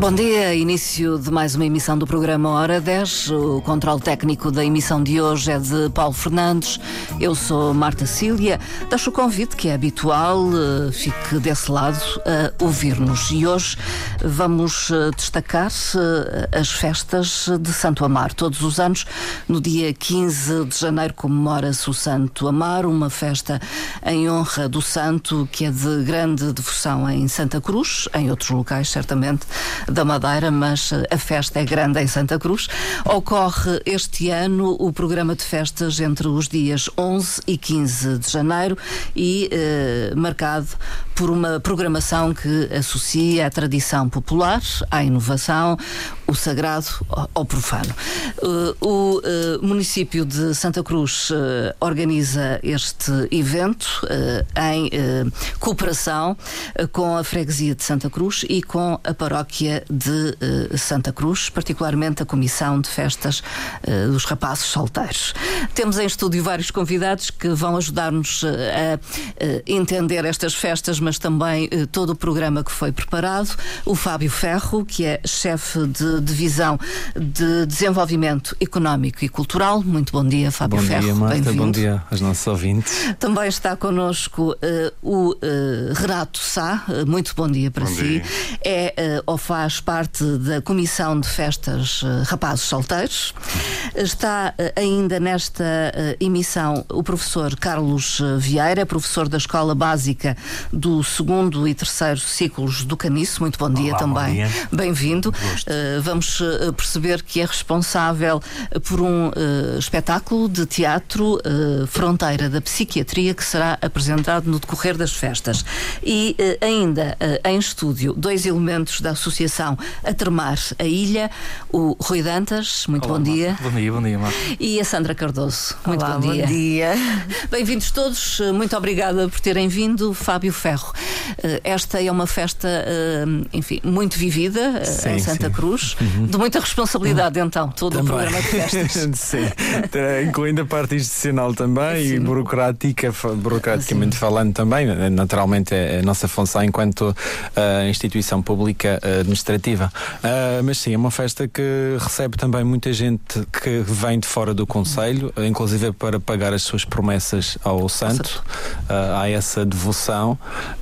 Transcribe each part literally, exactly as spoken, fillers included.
Bom dia, início de mais uma emissão do programa Hora dez. O controle técnico da emissão de hoje é de Paulo Fernandes. Eu sou Marta Cília. Deixo o convite, que é habitual, fique desse lado a ouvir-nos. E hoje vamos destacar as festas de Santo Amaro. Todos os anos, no dia quinze de janeiro, comemora-se o Santo Amaro, uma festa em honra do santo que é de grande devoção em Santa Cruz, em outros locais, certamente, da Madeira, mas a festa é grande em Santa Cruz. Ocorre este ano o programa de festas entre os dias onze e quinze de janeiro e eh, marcado por uma programação que associa a tradição popular à inovação, o sagrado ao profano. Uh, o uh, município de Santa Cruz uh, organiza este evento uh, em uh, cooperação uh, com a freguesia de Santa Cruz e com a paróquia de uh, Santa Cruz, particularmente a Comissão de Festas uh, dos Rapazes Solteiros. Temos em estúdio vários convidados que vão ajudar-nos uh, a uh, entender estas festas, mas também uh, todo o programa que foi preparado. O Fábio Ferro, que é chefe de Divisão de Desenvolvimento Económico e Cultural. Muito bom dia, Fábio bom Ferro. Dia, Marta. Bem-vindo. Bom dia aos nossos ouvintes. Também está connosco uh, o uh, Renato Sá. Uh, muito bom dia para bom si. Dia. É uh, ou faz parte da Comissão de Festas uh, Rapazes Solteiros. Está uh, ainda nesta uh, emissão o professor Carlos Vieira, professor da Escola Básica do segundo e terceiro ciclos do Caniço. Muito bom dia. Olá, também. Bom dia. Bem-vindo. Uh, vamos uh, perceber que é responsável por um uh, espetáculo de teatro uh, Fronteira da Psiquiatria, que será apresentado no decorrer das festas. E uh, ainda uh, em estúdio, dois elementos da Associação A Termar a Ilha, o Rui Dantas. Muito Olá, bom dia. Marta. Bom dia, bom dia, Marta. E a Sandra Cardoso. Muito Olá, bom dia. Bom dia. Bem-vindos todos, muito obrigada por terem vindo. Fábio Ferro, esta é uma festa, enfim, muito vivida sim, em Santa sim. Cruz, uhum. de muita responsabilidade, então, todo também. o programa de festas. Sim, incluindo a parte institucional também sim. e burocrática, burocraticamente sim. falando também, naturalmente é a nossa função enquanto uh, instituição pública uh, administrativa. Uh, mas sim, é uma festa que recebe também muita gente que vem de fora do concelho, uh, inclusive para pagar as suas promessas ao santo. Uh, há essa devoção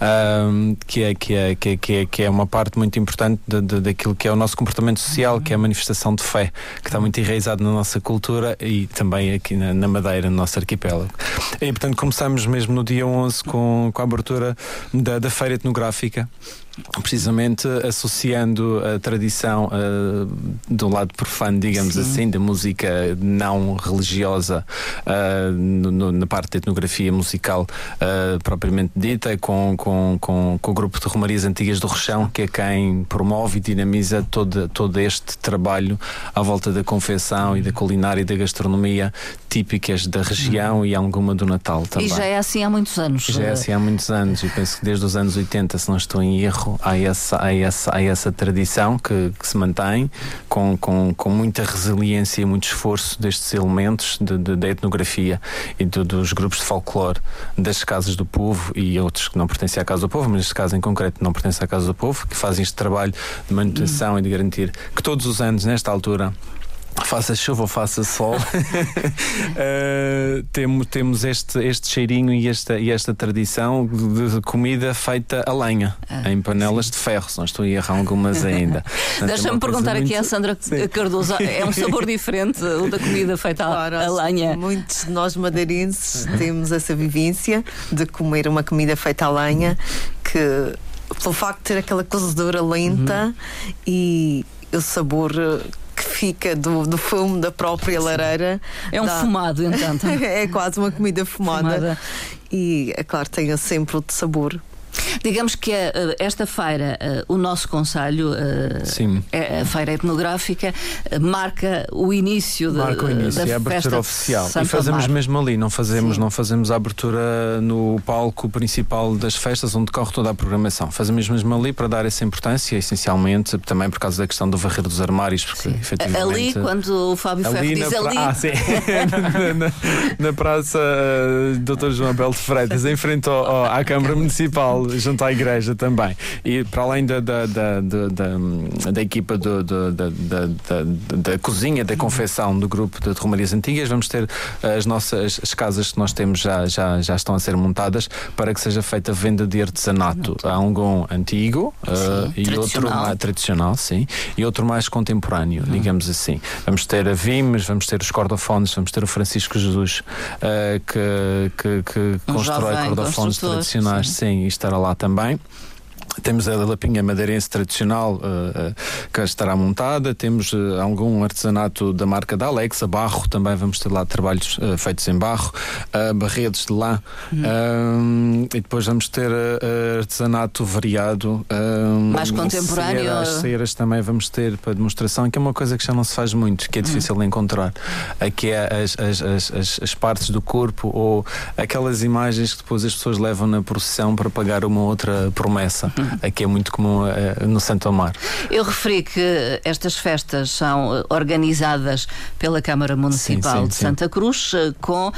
uh, que, é, que, é, que, é, que, é, que é uma parte muito importante de, de, daquilo que é o nosso comportamento social, que é a manifestação de fé, que está muito enraizado na nossa cultura e também aqui na, na Madeira, no nosso arquipélago. E portanto começamos mesmo no dia onze com, com a abertura da, da feira etnográfica, precisamente associando a tradição uh, do lado profano, digamos Sim. assim, da música não religiosa uh, no, no, na parte da etnografia musical uh, propriamente dita, com, com, com, com o grupo de Romarias Antigas do Rochão, que é quem promove e dinamiza todo, todo este trabalho à volta da confecção e da culinária e da gastronomia típicas da região e alguma do Natal também. E já é assim há muitos anos. Já é assim há muitos anos, e penso que desde os anos oitenta, se não estou em erro, há essa, há essa, há essa tradição que, que se mantém com, com, com muita resiliência e muito esforço destes elementos de, de, da etnografia e do, dos grupos de folclore das Casas do Povo e outros que não pertencem à Casa do Povo, mas neste caso em concreto não pertence à Casa do Povo, que fazem este trabalho de manutenção hum. e de garantir que todos os anos, nesta altura, faça chuva ou faça sol, uh, temos, temos este, este cheirinho e esta, e esta tradição de, de comida feita a lenha, ah, em panelas sim. de ferro, se não estou a errar algumas ainda. Deixa-me é perguntar aqui muito... à Sandra sim. Cardoso, é um sabor diferente o da comida feita claro, a lenha? Muitos de nós madeirenses uhum. temos essa vivência de comer uma comida feita a lenha, que pelo facto de ter aquela cozedura lenta uhum. e o sabor que fica do, do fumo da própria lareira. É um dá... fumado, então. É quase uma comida fumada. fumada. E, é claro, tem sempre outro sabor. Digamos que uh, esta feira, uh, o nosso concelho, uh, é, a feira etnográfica, uh, marca o início, de, marca o início, da é a abertura festa oficial. Santo E fazemos Amaro. mesmo ali, não fazemos, não fazemos a abertura no palco principal das festas, onde corre toda a programação. Fazemos mesmo ali para dar essa importância, essencialmente, também por causa da questão do varrer dos armários, porque sim. efetivamente... Ali, quando o Fábio Ferro diz pra... ali... Ah, sim. na, na, na praça uh, doutor João Abel de Freitas, em frente ao, ao, à Câmara Municipal, junto à igreja também. E para além da, da, da, da, da, da equipa do, do, da, da, da, da cozinha, da confecção do grupo de Romarias Antigas, vamos ter as nossas as casas que nós temos já, já, já estão a ser montadas para que seja feita venda de artesanato. Há um antigo sim, uh, e outro mais tradicional, sim, e outro mais contemporâneo, hum. digamos assim. Vamos ter a Vimes, vamos ter os cordofones, vamos ter o Francisco Jesus uh, que, que, que um constrói cordofones tradicionais, sim. sim, e estará lá também. Temos a lapinha madeirense tradicional uh, uh, que estará montada, temos uh, algum artesanato da marca da Alexa, barro, também vamos ter lá trabalhos uh, feitos em barro, uh, barredos de lã, uhum. uh, e depois vamos ter uh, artesanato variado, uh, mais contemporâneo. Ceiras, ceiras também vamos ter para demonstração, que é uma coisa que já não se faz muito, que é difícil uhum. de encontrar. Aqui é as, as, as, as, as partes do corpo ou aquelas imagens que depois as pessoas levam na procissão para pagar uma outra promessa. Uhum. Aqui é muito comum uh, no Santo Amaro. Eu referi que estas festas são organizadas pela Câmara Municipal sim, sim, de Santa sim. Cruz uh, com uh,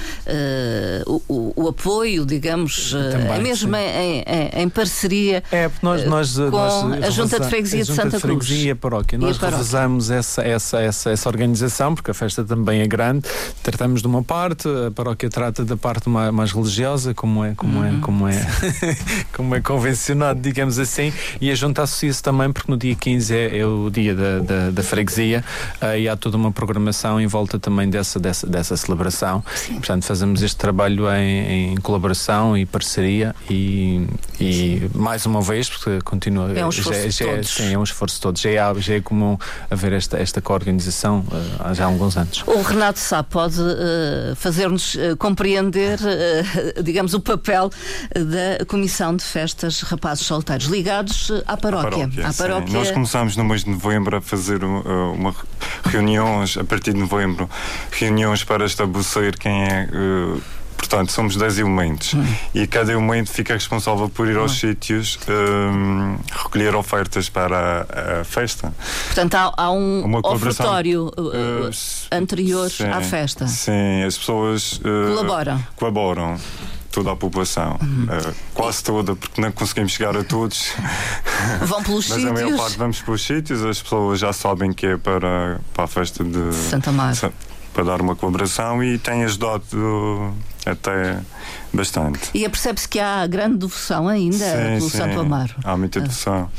o, o apoio, digamos, uh, Também, mesmo em, em, em parceria é, porque nós, nós, uh, com nós, a Junta de Freguesia de Santa Cruz. De Freguesia e a Paróquia. Nós revezamos essa, essa, essa, essa organização, porque a festa também é grande. Tratamos de uma parte, a Paróquia trata da parte mais, mais religiosa, como é, como uhum. é, como é, como é convencionado, digamos assim, e a Junta associa-se também porque no dia quinze é, é o dia da, da, da freguesia uh, e há toda uma programação em volta também dessa, dessa, dessa celebração. Sim. Portanto, fazemos este trabalho em, em colaboração e parceria e, e mais uma vez, porque continua é um esforço já, de já, todos. Sim, é um esforço de todos. Já é, já é comum haver esta, esta coorganização uh, há já alguns anos. O Renato Sá pode uh, fazer-nos uh, compreender uh, digamos o papel da Comissão de Festas Rapazes Solteiros ligados à paróquia. À paróquia, à paróquia... Nós começámos no mês de novembro a fazer uh, uma reuniões, a partir de novembro, reuniões para estabelecer quem é. Uh, Portanto, somos dez elementos hum. e cada elemento fica responsável por ir aos hum. sítios um, recolher ofertas para a, a festa. Portanto, há, há um ofertório uh, anterior sim, à festa. Sim, as pessoas uh, colaboram. colaboram. Toda a população, uhum. uh, quase toda, porque não conseguimos chegar a todos. Vão pelos Mas sítios. Mas a maior parte vamos pelos sítios, as pessoas já sabem que é para, para a festa de Santa Amaro. Para dar uma colaboração e tem ajudado até bastante. E apercebe-se que há grande devoção ainda sim, pelo sim, Santo Amaro. Há muita devoção.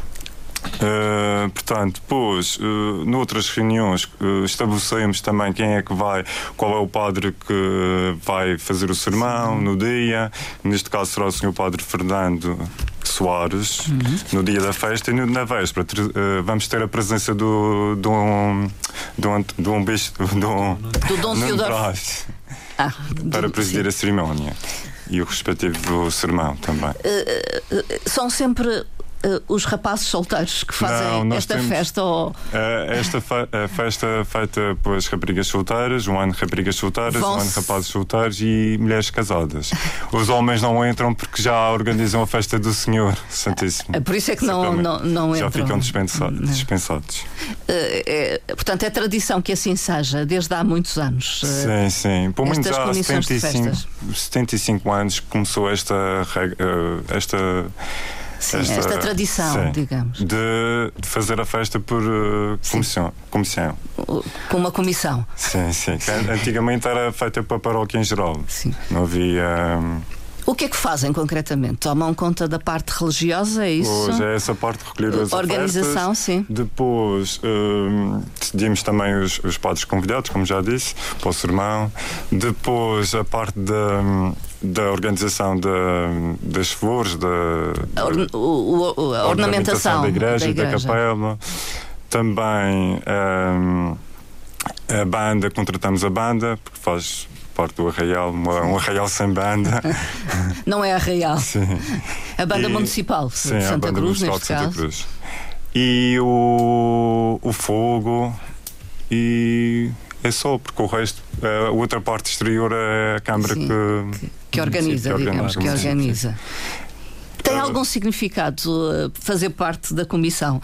Uh, portanto, depois, uh, noutras reuniões, uh, estabelecemos também quem é que vai, qual é o padre que vai fazer o sermão Sim. no dia. Neste caso será o senhor Padre Fernando Soares, uhum. no dia da festa, e na véspera uh, vamos ter a presença do do um do um do um bispo do um do Dom Teodoro ah, para do, presidir sim. a cerimónia e o respectivo sermão também. Uh, uh, são sempre Uh, os rapazes solteiros que fazem Não, esta temos, festa? Ou... Uh, esta fe a festa é feita pelas raparigas solteiras, um ano raparigas solteiras, um ano rapazes solteiros e mulheres casadas. Os homens não entram porque já organizam a festa do Senhor Santíssimo. Uh, por isso é que não, não, não já entram. Já ficam dispensa dispensados. Uh, é, portanto, é tradição que assim seja, desde há muitos anos. Uh, sim, sim. Pelo menos há setenta e cinco, setenta e cinco anos que começou esta... Uh, esta Sim, esta, esta tradição, sim, digamos. De, de fazer a festa por uh, comissão, comissão. Com uma comissão. Sim, sim. Antigamente era feita para a paróquia em geral. Sim. Não havia... Um... O que é que fazem concretamente? Tomam conta da parte religiosa, é isso? Hoje é essa parte de recolher as organização, ofertas. Sim. Depois um, decidimos também os, os padres convidados, como já disse, para o sermão. Depois a parte da... da organização da, das flores, da, a, or, o, o, a ornamentação da igreja, da, igreja. da capela. Também um, a banda, contratamos a banda, porque faz parte do arraial, uma, um arraial sem banda. Não é arraial. Sim. A banda e, municipal de sim, Santa a banda Cruz, municipal neste de Santa caso. Cruz. E o, o fogo e... É só, porque o resto, a outra parte exterior é a Câmara sim, que, que, que organiza, sim, que digamos, organiza, que organiza. Sim, sim. Tem uh, algum significado uh, fazer parte da comissão?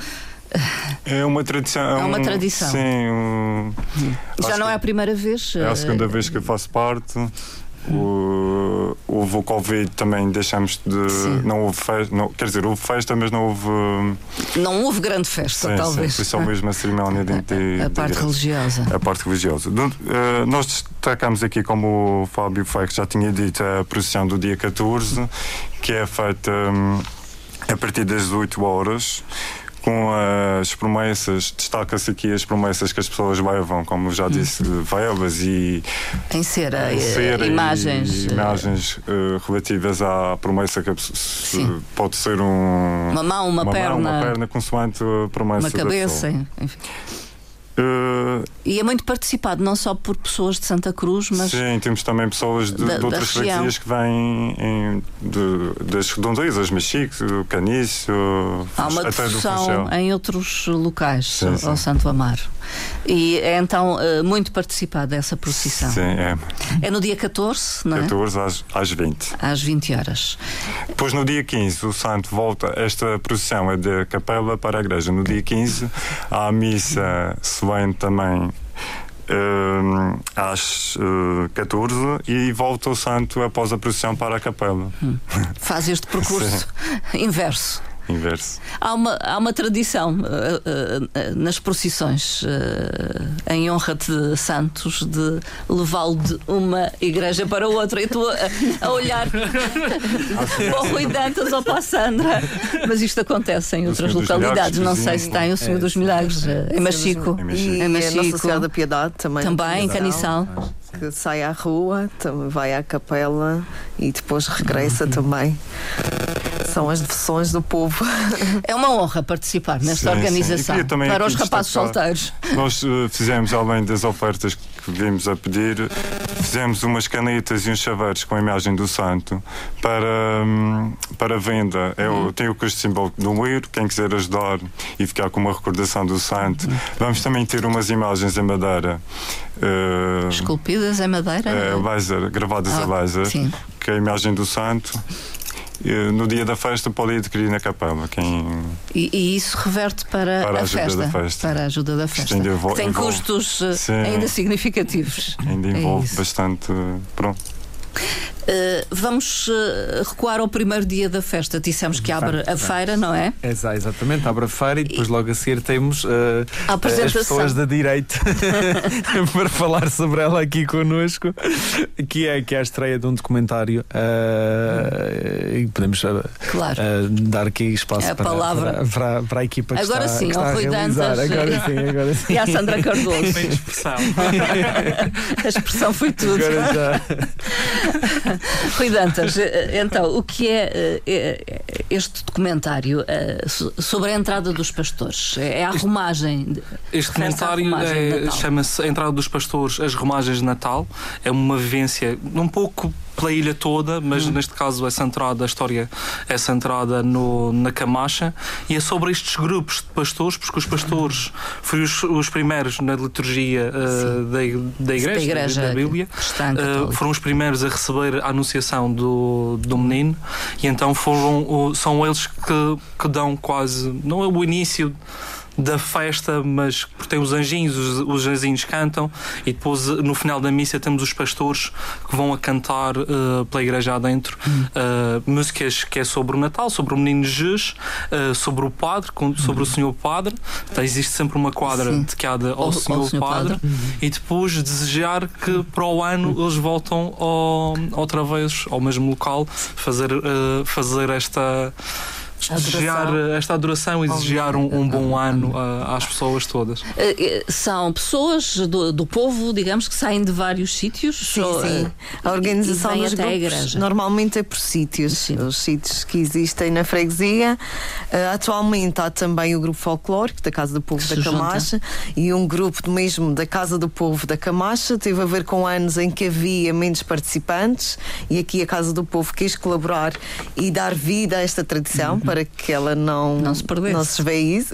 É uma tradição. É uma tradição. Sim. Um, Já não é a primeira vez? É a segunda uh, vez que eu faço parte. o, houve o Covid, também deixamos de. Sim. Não houve festa, não, quer dizer, houve festa, mas não houve. Não houve grande festa, sim, talvez. Sim, foi só mesmo a cerimónia de, de, a, a parte de, religiosa. A parte religiosa. Uh, nós destacamos aqui, como o Fábio Feio já tinha dito, a procissão do dia catorze, que é feita um, a partir das oito horas. Com as promessas, destaca-se aqui as promessas que as pessoas levam, como já disse, velas e em cera, em cera imagens, e imagens uh, relativas à promessa que se, pode ser um, uma mão, uma, uma perna, mão, uma perna, consoante a promessa, uma cabeça, enfim. Uh, e é muito participado, não só por pessoas de Santa Cruz, mas. Sim, temos também pessoas de, da, de outras freguesias que vêm em, de, das redondezas, Machique, o Caniço. Há uma discussão em outros locais, sim, sim. ao Santo Amaro. E é então muito participado essa procissão. Sim, é. É no dia catorze, não é? catorze às, às vinte. Às vinte horas. Depois, no dia quinze, o santo volta. Esta procissão é da capela para a igreja. No dia quinze, há a missa solene também. Uh, às uh, catorze e volta o santo após a procissão para a capela. Hum. Faz este percurso inverso. Inverso. Há uma, há uma tradição uh, uh, uh, nas procissões uh, em honra de santos de levá-lo de uma igreja para outra. Eu estou a, a olhar para o Rui Dantas ou para a Sandra, mas isto acontece em outras localidades. Não sei se tem o Senhor dos Milagres em Machico. E a Nossa Senhora da Piedade também. Também em Caniçal. Que sai à rua, vai à capela e depois regressa também. São as devoções do povo. É uma honra participar nesta sim, organização sim. Para os rapazes solteiros. Nós uh, fizemos, além das ofertas que vimos a pedir, fizemos umas canetas e uns chaveiros com a imagem do santo para, um, para venda. É o, tem o custo simbólico do euro. Quem quiser ajudar e ficar com uma recordação do santo. Vamos também ter umas imagens em madeira. Uh, Esculpidas em madeira? Uh, laser, gravadas ah, a laser, sim. Que é a imagem do santo. No dia da festa pode adquirir na capela. Quem... E, e isso reverte para, para a, a festa, festa, para a ajuda da festa. Envolve, tem envolve, custos sim, ainda significativos. Ainda envolve é bastante. Pronto. Uh, vamos uh, recuar ao primeiro dia da festa. Dissemos que abre a feira, não é? Exa, exatamente, abre a feira e depois logo a seguir temos uh, a as pessoas da direita para falar sobre ela aqui connosco, que é, que é a estreia de um documentário uh, e podemos uh, claro. uh, dar aqui espaço a para, palavra. Para, para, para a equipa que agora está, sim, que está ao a Rui realizar. Dantas agora sim, agora sim. E à Sandra Cardoso. Bem expressão. A expressão foi tudo. Agora já. Rui Dantas, então, o que é este documentário sobre a entrada dos pastores? É a arrumagem? Este documentário é, chama-se A Entrada dos Pastores, as Romagens de Natal. É uma vivência um pouco pela ilha toda, mas hum. neste caso é centrada, a história é centrada no, na Camacha, e é sobre estes grupos de pastores, porque os pastores foram os, os primeiros na liturgia uh, da, da igreja, da, igreja, da Bíblia, uh, foram os primeiros a receber a anunciação do, do menino, e então foram, uh, são eles que, que dão quase, não é o início da festa, mas porque tem os anjinhos, os, os anjinhos cantam, e depois no final da missa temos os pastores que vão a cantar uh, pela igreja adentro uh, músicas que é sobre o Natal, sobre o menino Jesus, uh, sobre o Padre, com, sobre o Senhor Padre. Então, existe sempre uma quadra Sim. dedicada ao, ao Senhor, ao Senhor Padre, Padre. Uhum. E depois desejar que para o ano eles voltam ao, outra vez ao mesmo local fazer, uh, fazer esta Desejar esta adoração e desejar um, um bom ano uh, às pessoas todas. São pessoas do, do povo, digamos, que saem de vários sítios? Sim, ou, sim. A organização dos grupos normalmente é por sítios. Sim. Os sítios que existem na freguesia. Uh, atualmente há também o grupo folclórico da Casa do Povo que da Camacha e um grupo mesmo da Casa do Povo da Camacha. Teve a ver com anos em que havia menos participantes e aqui a Casa do Povo quis colaborar e dar vida a esta tradição. Uhum. Para que ela não, não se perdesse. Não se isso.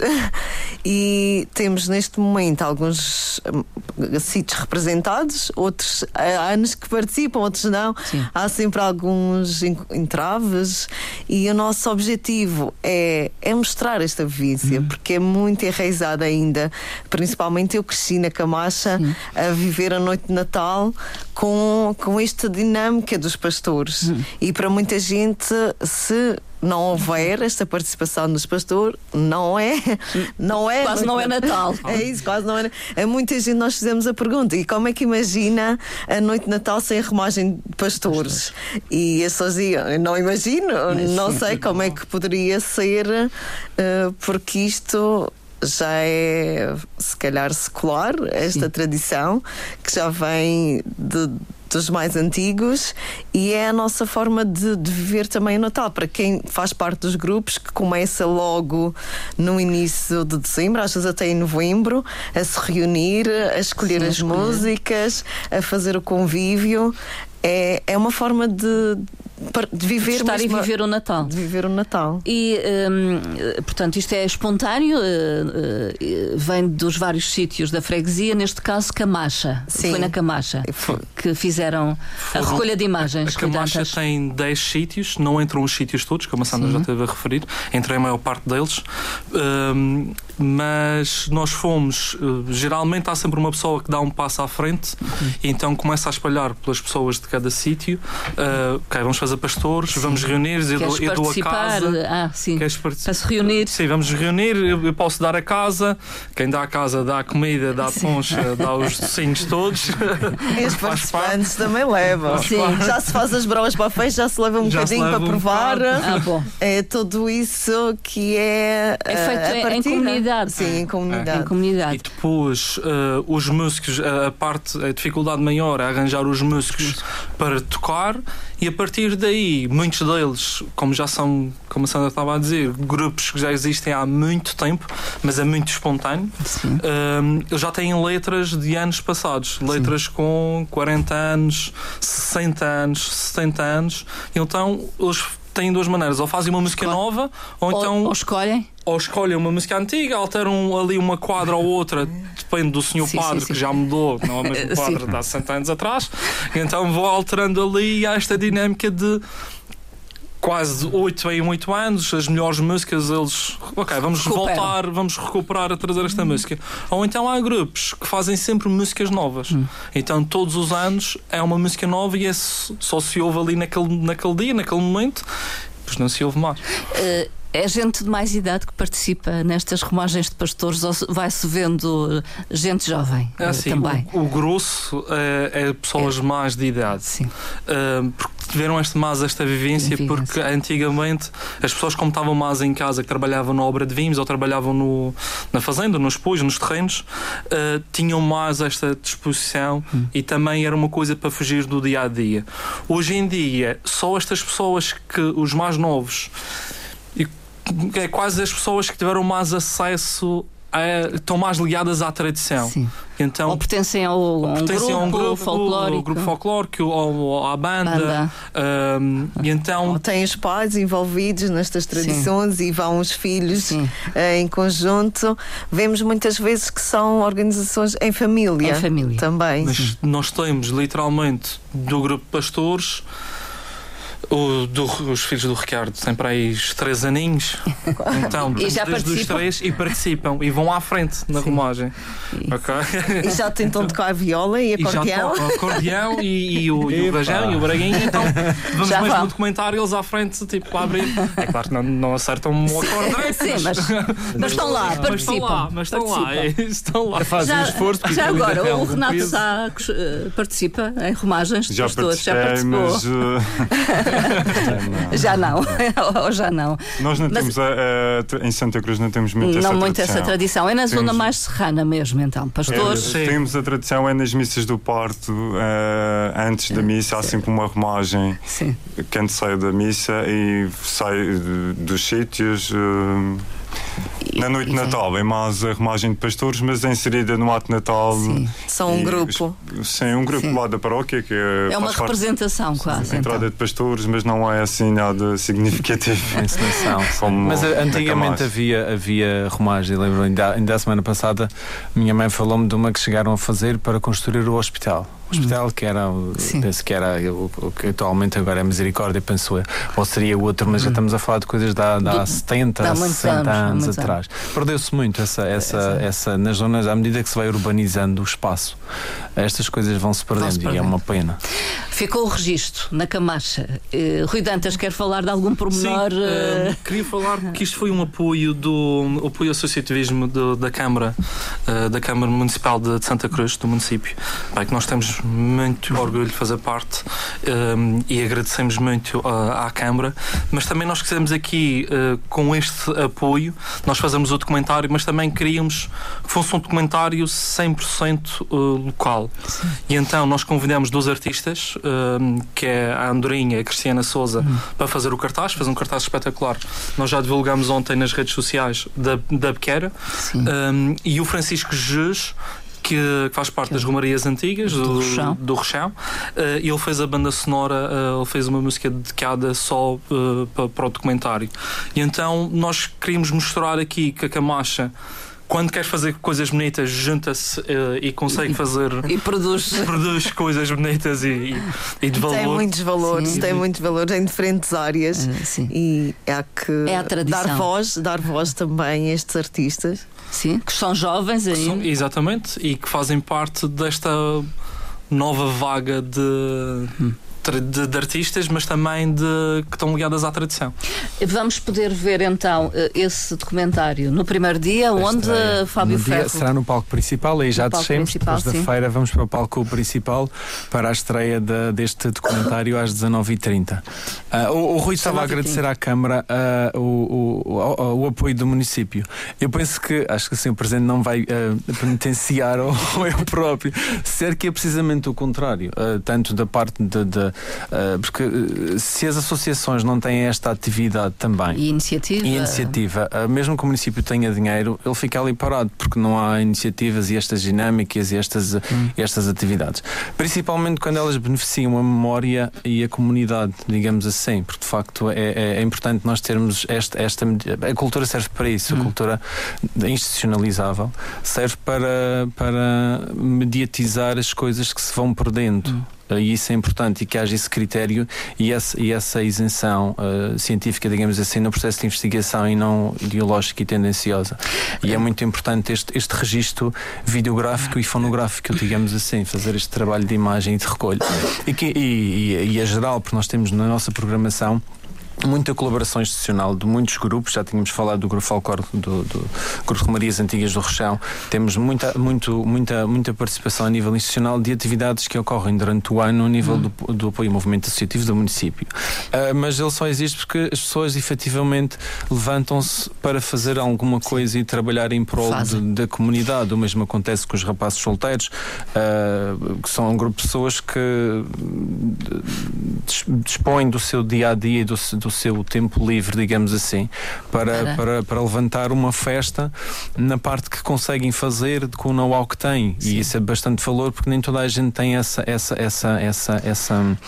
E temos neste momento alguns um, sítios representados, outros há anos que participam, outros não. Sim. Há sempre alguns entraves e o nosso objetivo é, é mostrar esta vivência, hum. porque é muito enraizada ainda. Principalmente eu cresci na Camacha Sim. a viver a noite de Natal com, com esta dinâmica dos pastores. Hum. E para muita gente, se não houver esta participação dos pastores, não é, não é quase não é Natal. É isso, quase não é. A muita gente nós fizemos a pergunta: e como é que imagina a noite de Natal sem a remagem de pastores? E as pessoas diziam: não imagino, Mas, não sim, sei como bom. é que poderia ser, uh, porque isto já é, se calhar, secular, esta sim. tradição que já vem de dos mais antigos, e é a nossa forma de, de viver também o Natal. Para quem faz parte dos grupos, que começa logo no início de dezembro, às vezes até em novembro, a se reunir, a escolher Sim, as escolher. músicas, a fazer o convívio. É, é uma forma de, de viver de estar mesmo, e viver o Natal. De viver o Natal. E, hum, portanto, isto é espontâneo, uh, uh, vem dos vários sítios da freguesia, neste caso Camacha. Sim. Foi na Camacha Foi. que fizeram a recolha de imagens. A Camacha tem dez sítios, não entram os sítios todos, como a Sandra Sim. já esteve a referir, entra a maior parte deles, um, mas nós fomos, uh, geralmente há sempre uma pessoa que dá um passo à frente, uhum. e então começa a espalhar pelas pessoas de cada sítio. Uh, ok, vamos fazer pastores, sim. vamos reunir, eu dou, eu dou a casa. Ah, sim. Particip... Para se reunir. Sim, vamos reunir, eu, eu posso dar a casa. Quem dá a casa dá a comida, dá a poncha, dá os docinhos todos. E os participantes também levam. Sim. Já se faz as broas para a festa, já se leva um já bocadinho leva para um provar. Ah, bom. É tudo isso que é. É feito a em comunidade. Sim, em comunidade. É. Em comunidade. E depois, uh, os músicos, a, a parte, a dificuldade maior é arranjar os músicos para tocar, e a partir daí muitos deles, como já são, como a Sandra estava a dizer, grupos que já existem há muito tempo, mas é muito espontâneo, um, eles já têm letras de anos passados, letras Sim. com quarenta anos, sessenta anos, setenta anos, e então eles têm duas maneiras: ou fazem uma música Escolhe. nova, ou, ou então ou escolhem ou escolhem uma música antiga, alteram ali uma quadra ou outra, depende do senhor sim, padre, sim, sim. que já mudou, não é o mesmo padre de há sessenta anos atrás, então vou alterando ali, há esta dinâmica de quase oito em oito anos, as melhores músicas, eles, ok, vamos Recuperam. voltar, vamos recuperar a trazer esta hum. música. Ou então há grupos que fazem sempre músicas novas. Hum. Então todos os anos é uma música nova, e é só se ouve ali naquele, naquele dia, naquele momento, pois não se ouve mais. Uh... É gente de mais idade que participa nestas romagens de pastores, ou vai-se vendo gente jovem é assim, também? O, o grosso é, é pessoas é. mais de idade. Sim. Uh, porque tiveram este, mais esta vivência, vivência, porque antigamente as pessoas, como estavam mais em casa, que trabalhavam na obra de vinhos ou trabalhavam no, na fazenda, nos pois, nos terrenos, uh, tinham mais esta disposição hum. e também era uma coisa para fugir do dia a dia. Hoje em dia, só estas pessoas que os mais novos, é quase as pessoas que tiveram mais acesso a, estão mais ligadas à tradição. Sim. Então, ou pertencem ao ou pertencem um grupo, a um grupo folclórico, grupo folclórico ou, ou à banda, banda. Um, e então ou têm os pais envolvidos nestas tradições Sim. e vão os filhos uh, em conjunto. Vemos muitas vezes que são organizações em família, em família. também. Mas nós temos literalmente do grupo de pastores. O, do, os filhos do Ricardo têm para aí três aninhos, então e já desde os três e participam e vão à frente na Sim. romagem. Okay? E já tentam tocar viola e acordeão. E já tocam acordeão e, e o, e o Rajão e o Braguinha, então vamos já mesmo vão. no documentário, eles à frente, tipo, a abrir. É claro que não, não acertam o acorde. Sim, mas, mas estão lá, mas participam. Estão lá, mas estão lá, é, estão lá. Fazem já, um esforço. Já agora, o Renato Sá uh, participa em romagens de já pastores, já participou. Mas, uh... já não, ou já não. Nós não Mas, temos, a, a, em Santa Cruz não temos muito não essa muito tradição. essa tradição. É na temos, zona mais serrana mesmo, então. Pastores. É, temos a tradição, é nas missas do parto, uh, antes da missa, há sempre uma romagem Sim. que antecede da missa e sai dos sítios. Uh, Na noite de Natal vem mais a remagem de pastores, mas é inserida no ato de Natal. Sim. São um grupo. Sim, um grupo sim. lá da paróquia que é, é uma representação parte, quase. A entrada então. de pastores, mas não é assim nada significativo. Como mas antigamente havia, havia romagem. Lembro, ainda, ainda a semana passada, minha mãe falou-me de uma que chegaram a fazer para construir o hospital. Hospital, que era, Sim. penso que era o, o que atualmente agora é Misericórdia, penso eu, ou seria outro, mas já estamos a falar de coisas de há, de há setenta, sessenta anos, anos atrás. Perdeu-se muito essa, essa, essa, essa, nas zonas, à medida que se vai urbanizando o espaço, estas coisas vão-se perdendo, vão-se perdendo. E é uma pena. Ficou o registro na Camacha. Uh, Rui Dantas, quer falar de algum pormenor? Sim, uh... Uh, queria falar que isto foi um apoio do apoio ao associativismo do, da Câmara, uh, da Câmara Municipal de Santa Cruz, do município, bem, que nós temos muito orgulho de fazer parte um, e agradecemos muito uh, à Câmara, mas também nós quisemos aqui, uh, com este apoio, nós fazemos o documentário, mas também queríamos que fosse um documentário cem por cento uh, local. Sim. E então nós convidamos dois artistas, uh, que é a Andorinha e a Cristiana Souza, hum. para fazer o cartaz, fazer um cartaz espetacular. Nós já divulgamos ontem nas redes sociais da, da Bequeira, um, e o Francisco Jesus, que faz parte das Romarias Antigas do, do Rechão, do Rechão. Uh, ele fez a banda sonora, uh, ele fez uma música dedicada só uh, para, para o documentário. E então nós queríamos mostrar aqui que a Camacha, quando queres fazer coisas bonitas, junta-se uh, e consegue fazer e produz, produz coisas bonitas e, e, e de valor. Tem muitos valores, sim. tem muitos valores em diferentes áreas, uh, sim. e há que é a dar voz, dar voz também a estes artistas. Sim, que são jovens ainda. São, exatamente, e que fazem parte desta nova vaga de, hum. de, de artistas, mas também de, que estão ligadas à tradição. Vamos poder ver então esse documentário no primeiro dia, onde estreia. Fábio Ferro... Será no palco principal, aí já descemos, depois da feira vamos para o palco principal para a estreia de, deste documentário às dezanove e trinta. Uh, o, o Rui estava a agradecer à Câmara uh, o, o, o, o apoio do município. Eu penso que, acho que assim o Presidente não vai uh, penitenciar ou, ou eu próprio, ser que é precisamente o contrário, uh, tanto da parte de, de uh, porque uh, se as associações não têm esta atividade também e iniciativa, e iniciativa uh, mesmo que o município tenha dinheiro, ele fica ali parado porque não há iniciativas e estas dinâmicas e estas, hum. estas atividades, principalmente quando elas beneficiam a memória e a comunidade, digamos assim, porque de facto é, é, é importante nós termos esta, esta a cultura serve para isso, hum. a cultura institucionalizável serve para, para mediatizar as coisas que se vão perdendo. Hum. E isso é importante, e que haja esse critério e essa, e essa isenção uh, científica, digamos assim, no processo de investigação e não ideológica e tendenciosa. E é muito importante este, este registro videográfico e fonográfico, digamos assim, fazer este trabalho de imagem e de recolha. E, que, e, e, e é geral, porque nós temos na nossa programação muita colaboração institucional de muitos grupos, já tínhamos falado do Grupo Falcor, do, do Grupo de Romarias Antigas do Rechão, temos muita, muito, muita, muita participação a nível institucional de atividades que ocorrem durante o ano a nível hum. do, do apoio ao movimento associativo do município. Uh, mas ele só existe porque as pessoas efetivamente levantam-se para fazer alguma coisa e trabalhar em prol de, da comunidade. O mesmo acontece com os rapazes solteiros, uh, que são um grupo de pessoas que dispõem do seu dia-a-dia e do, do do seu tempo livre, digamos assim, para, para, para levantar uma festa na parte que conseguem fazer com o know-how que têm. Sim. E isso é bastante valor, porque nem toda a gente tem essa essa essa essa essa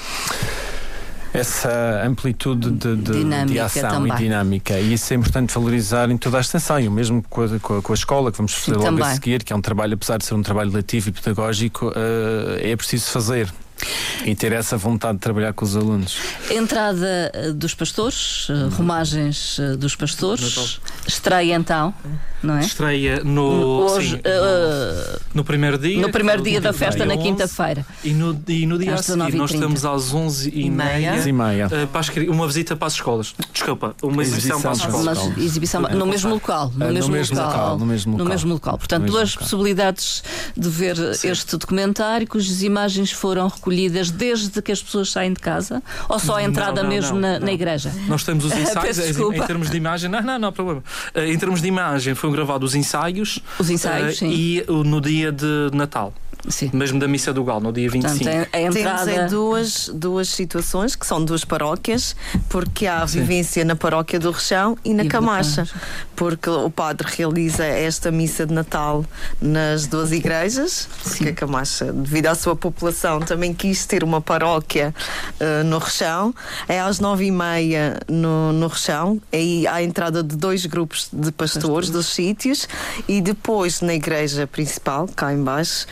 essa amplitude de, de, de ação também. E dinâmica, e isso é importante valorizar em toda a extensão, e o mesmo com a, com a, com a escola, que vamos fazer logo também. A seguir, que é um trabalho, apesar de ser um trabalho letivo e pedagógico, uh, é preciso fazer e ter essa vontade de trabalhar com os alunos. Entrada dos pastores, uhum. romagens dos pastores, estreia então, não é? Estreia no, hoje, sim, uh, no, no primeiro dia, no primeiro dia da festa, na quinta-feira. E no, e no dia a seguir nós estamos às onze e meia uh, para uma visita para as escolas. Desculpa, uma exibição, exibição para as escolas. Uma exibição no mesmo local, no, uh, mesmo, no mesmo local, local, no mesmo local, no mesmo local. Portanto, duas local. possibilidades de ver sim. este documentário, cujas imagens foram recolhidas desde que as pessoas saem de casa, ou só a entrada não, não, mesmo não, na, não. na igreja? Nós temos os ensaios em, em termos de imagem. Não, não, não há problema. Uh, em termos de imagem foram gravados os ensaios, os ensaios uh, sim. e uh, no dia de Natal. Sim. Mesmo da Missa do Galo, no dia vinte e cinco. Portanto, a entrada... Temos aí duas, duas situações, que são duas paróquias, porque há a vivência Sim. na paróquia do Rechão e na e Camacha, porque o padre realiza esta missa de Natal nas duas igrejas, Sim. porque a Camacha, devido à sua população, também quis ter uma paróquia uh, no Rechão. É às nove e meia no, no Rechão, aí há a entrada de dois grupos de pastores dos sítios, e depois na igreja principal, cá em baixo,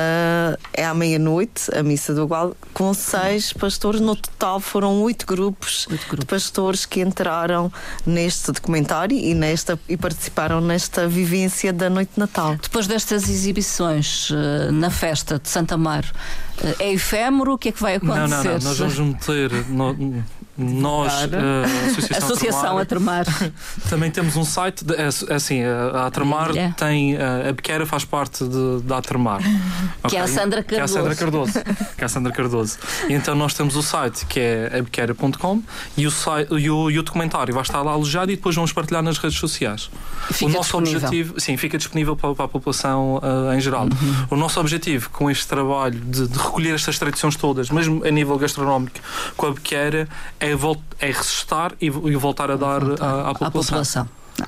Uh, é à meia-noite a missa do Igual, com seis pastores. No total foram oito grupos, oito grupos de pastores que entraram neste documentário e, nesta, e participaram nesta vivência da Noite de Natal. Depois destas exibições uh, na festa de Santo Amaro, uh, é efêmero? O que é que vai acontecer? Não, não, não. Nós vamos meter... No, Nós, a Associação, Associação Atremar, também temos um site, de, é, assim, a Atremar é. tem, a Bequeira faz parte de, da Atremar. Que okay? é a Sandra Cardoso. Que é a Sandra Cardoso. que é a Sandra Cardoso. E então nós temos o site, que é a bequeira ponto com, e o, site, e, o, e o documentário vai estar lá alojado e depois vamos partilhar nas redes sociais. Fica o nosso disponível. objetivo, sim, fica disponível para, para a população uh, em geral. Uhum. O nosso objetivo com este trabalho de, de recolher estas tradições todas, mesmo a nível gastronómico, com a Bequeira, é, volt, é ressuscitar e, e voltar a dar voltar à, à população. À população.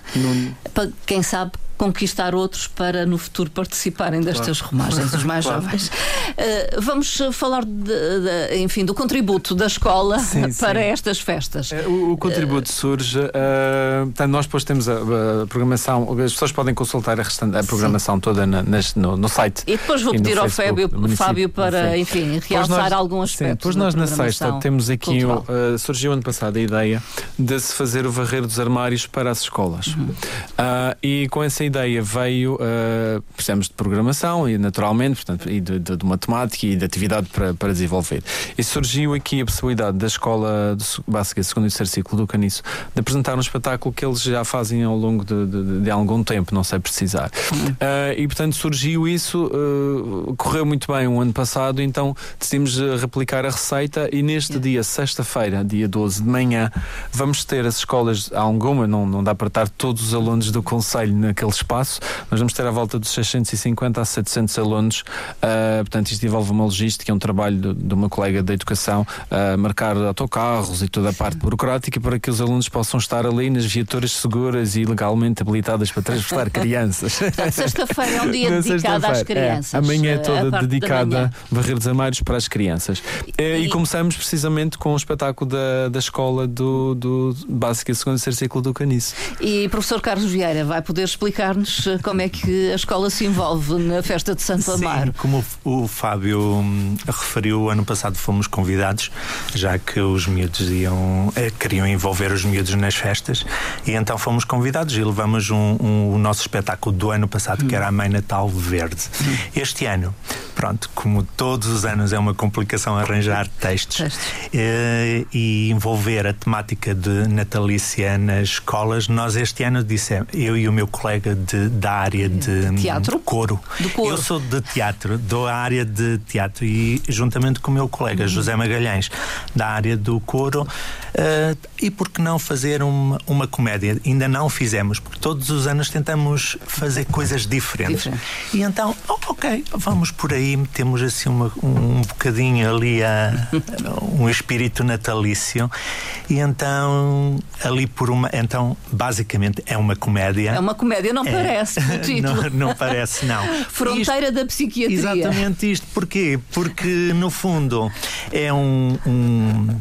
Para quem sabe conquistar outros para no futuro participarem destas claro. romagens, os mais claro. jovens. Uh, vamos falar de, de, enfim, do contributo da escola sim, para sim. estas festas. O, o contributo uh, surge, uh, portanto, nós depois temos a, a programação, as pessoas podem consultar a, restante, a programação sim. toda na, no, no site. E depois vou pedir ao Fábio, Fábio para, enfim, realçar nós, algum aspecto. Sim, depois nós na sexta temos aqui, uh, surgiu ano passado a ideia de se fazer o varrer dos armários para as escolas. Uhum. Uh, e com essa ideia veio, uh, precisamos de programação e naturalmente, portanto, e de, de, de matemática e de atividade para, para desenvolver. E surgiu aqui a possibilidade da Escola de, Básica de Segundo e Terceiro Ciclo do Caniço de apresentar um espetáculo que eles já fazem ao longo de, de, de algum tempo, não sei precisar. Uhum. Uh, e portanto surgiu isso, uh, correu muito bem o ano passado, então decidimos replicar a receita e neste yeah. dia, sexta-feira, dia doze de manhã, vamos ter as escolas, alguma, não, não dá para estar todos os alunos do Conselho naquele espaço, mas vamos ter à volta dos seiscentos e cinquenta a setecentos alunos, uh, portanto isto envolve uma logística, é um trabalho de, de uma colega da educação, uh, marcar autocarros e toda a parte burocrática para que os alunos possam estar ali nas viaturas seguras e legalmente habilitadas para transportar crianças. Sexta-feira é um dia dedicado às crianças. É, amanhã é toda dedicada a varrer dos armários para as crianças. E, e começamos precisamente com o espetáculo da, da escola do, do Básica segundo e terceiro Ciclo do Caniço. E professor Carlos Vieira vai poder explicar-nos como é que a escola se envolve na festa de Santo Amaro. Sim, como o Fábio hum, referiu, ano passado fomos convidados, já que os miúdos iam, eh, queriam envolver os miúdos nas festas, e então fomos convidados e levamos um, um, o nosso espetáculo do ano passado, hum. que era a Mãe Natal Verde. Hum. Este ano, pronto, como todos os anos é uma complicação arranjar textos, textos. Eh, e envolver a temática de natalícia nas escolas, nós este ano dissemos, eu e o meu colega de, da área de, de teatro? Coro. Do coro. Eu sou de teatro, da área de teatro e juntamente com o meu colega uhum. José Magalhães, da área do coro, uh, e por que não fazer uma, uma comédia? Ainda não fizemos, porque todos os anos tentamos fazer coisas diferentes. Diferente. E então, oh, ok, vamos por aí, temos assim uma, um bocadinho ali a, um espírito natalício, e então ali por uma, então basicamente é uma comédia. É uma comédia, não é, parece o título. Não, não parece, não. Fronteira isto, da psiquiatria. Exatamente isto. Porquê? Porque no fundo é um, um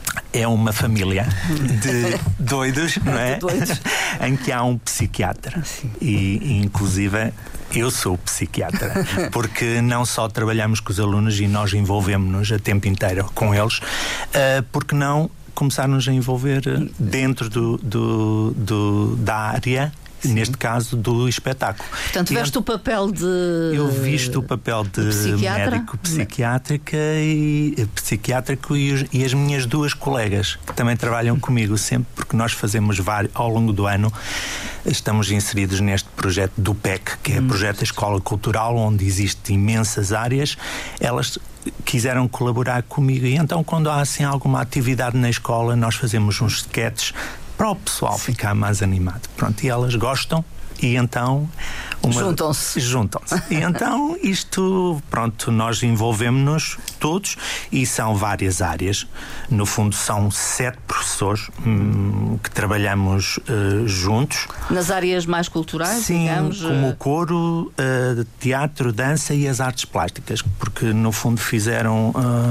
é uma família de doidos, não é? Doidos. Em que há um psiquiatra. E, e inclusive eu sou psiquiatra, porque não só trabalhamos com os alunos e nós envolvemos-nos a tempo inteiro com eles, uh, porque não começar-nos a envolver dentro do, do, do, da área, sim. neste caso do espetáculo. Portanto, veste o papel de... Eu visto o papel de psiquiatra? médico psiquiátrica e, psiquiátrico e, e as minhas duas colegas, que também trabalham comigo sempre, porque nós fazemos vários, ao longo do ano, estamos inseridos neste projeto do P E C, que é o projeto da Escola Cultural, onde existem imensas áreas. Elas quiseram colaborar comigo e então quando há assim alguma atividade na escola nós fazemos uns sketches para o pessoal ficar mais animado. Pronto, e elas gostam e então uma... juntam-se juntam-se e então isto, pronto, nós envolvemos-nos todos e são várias áreas, no fundo são sete professores hum, que trabalhamos uh, juntos nas áreas mais culturais, sim, digamos, como o coro, uh, teatro, dança e as artes plásticas, porque no fundo fizeram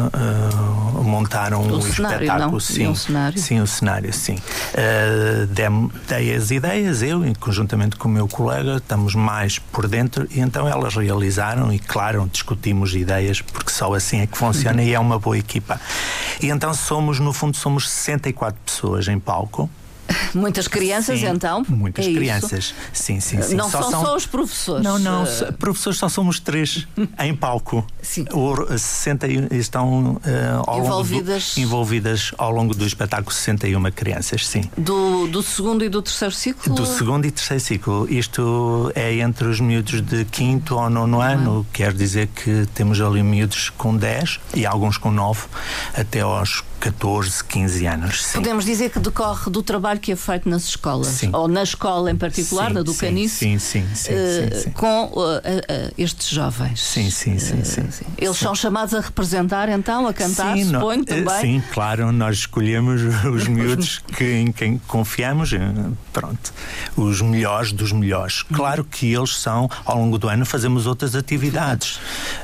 uh, uh, montaram o um cenário, espetáculo, não? sim, um cenário. sim, o cenário, sim. Uh, dei as ideias, eu, conjuntamente com o meu meu colega, estamos mais por dentro, e então elas realizaram e, claro, discutimos ideias, porque só assim é que funciona e é uma boa equipa. E então somos, no fundo, somos sessenta e quatro pessoas em palco. Muitas crianças, sim, então? Muitas é crianças. Isso? Sim, sim, sim. Não só são só os professores? Não, não. Uh... Professores só somos três em palco. Sim. O, sessenta estão uh, ao envolvidas... Longo do, envolvidas ao longo do espetáculo sessenta e uma crianças, sim. Do, do segundo e do terceiro ciclo? Do segundo e terceiro ciclo. Isto é entre os miúdos de quinto ou nono ano. Quer dizer que temos ali miúdos com dez e alguns com nove, até aos catorze, quinze anos. Sim. Podemos dizer que decorre do trabalho que é feito nas escolas, sim. ou na escola em particular, sim, na do sim, Caniço, sim, sim, sim, uh, sim, sim. com uh, uh, uh, estes jovens. Sim, sim, sim, sim. Uh, sim. Eles sim. são chamados a representar, então, a cantar, sim, suponho, no, também? Sim, claro, nós escolhemos os miúdos que, em quem confiamos, pronto, os melhores dos melhores. Claro que eles são, ao longo do ano, fazemos outras atividades.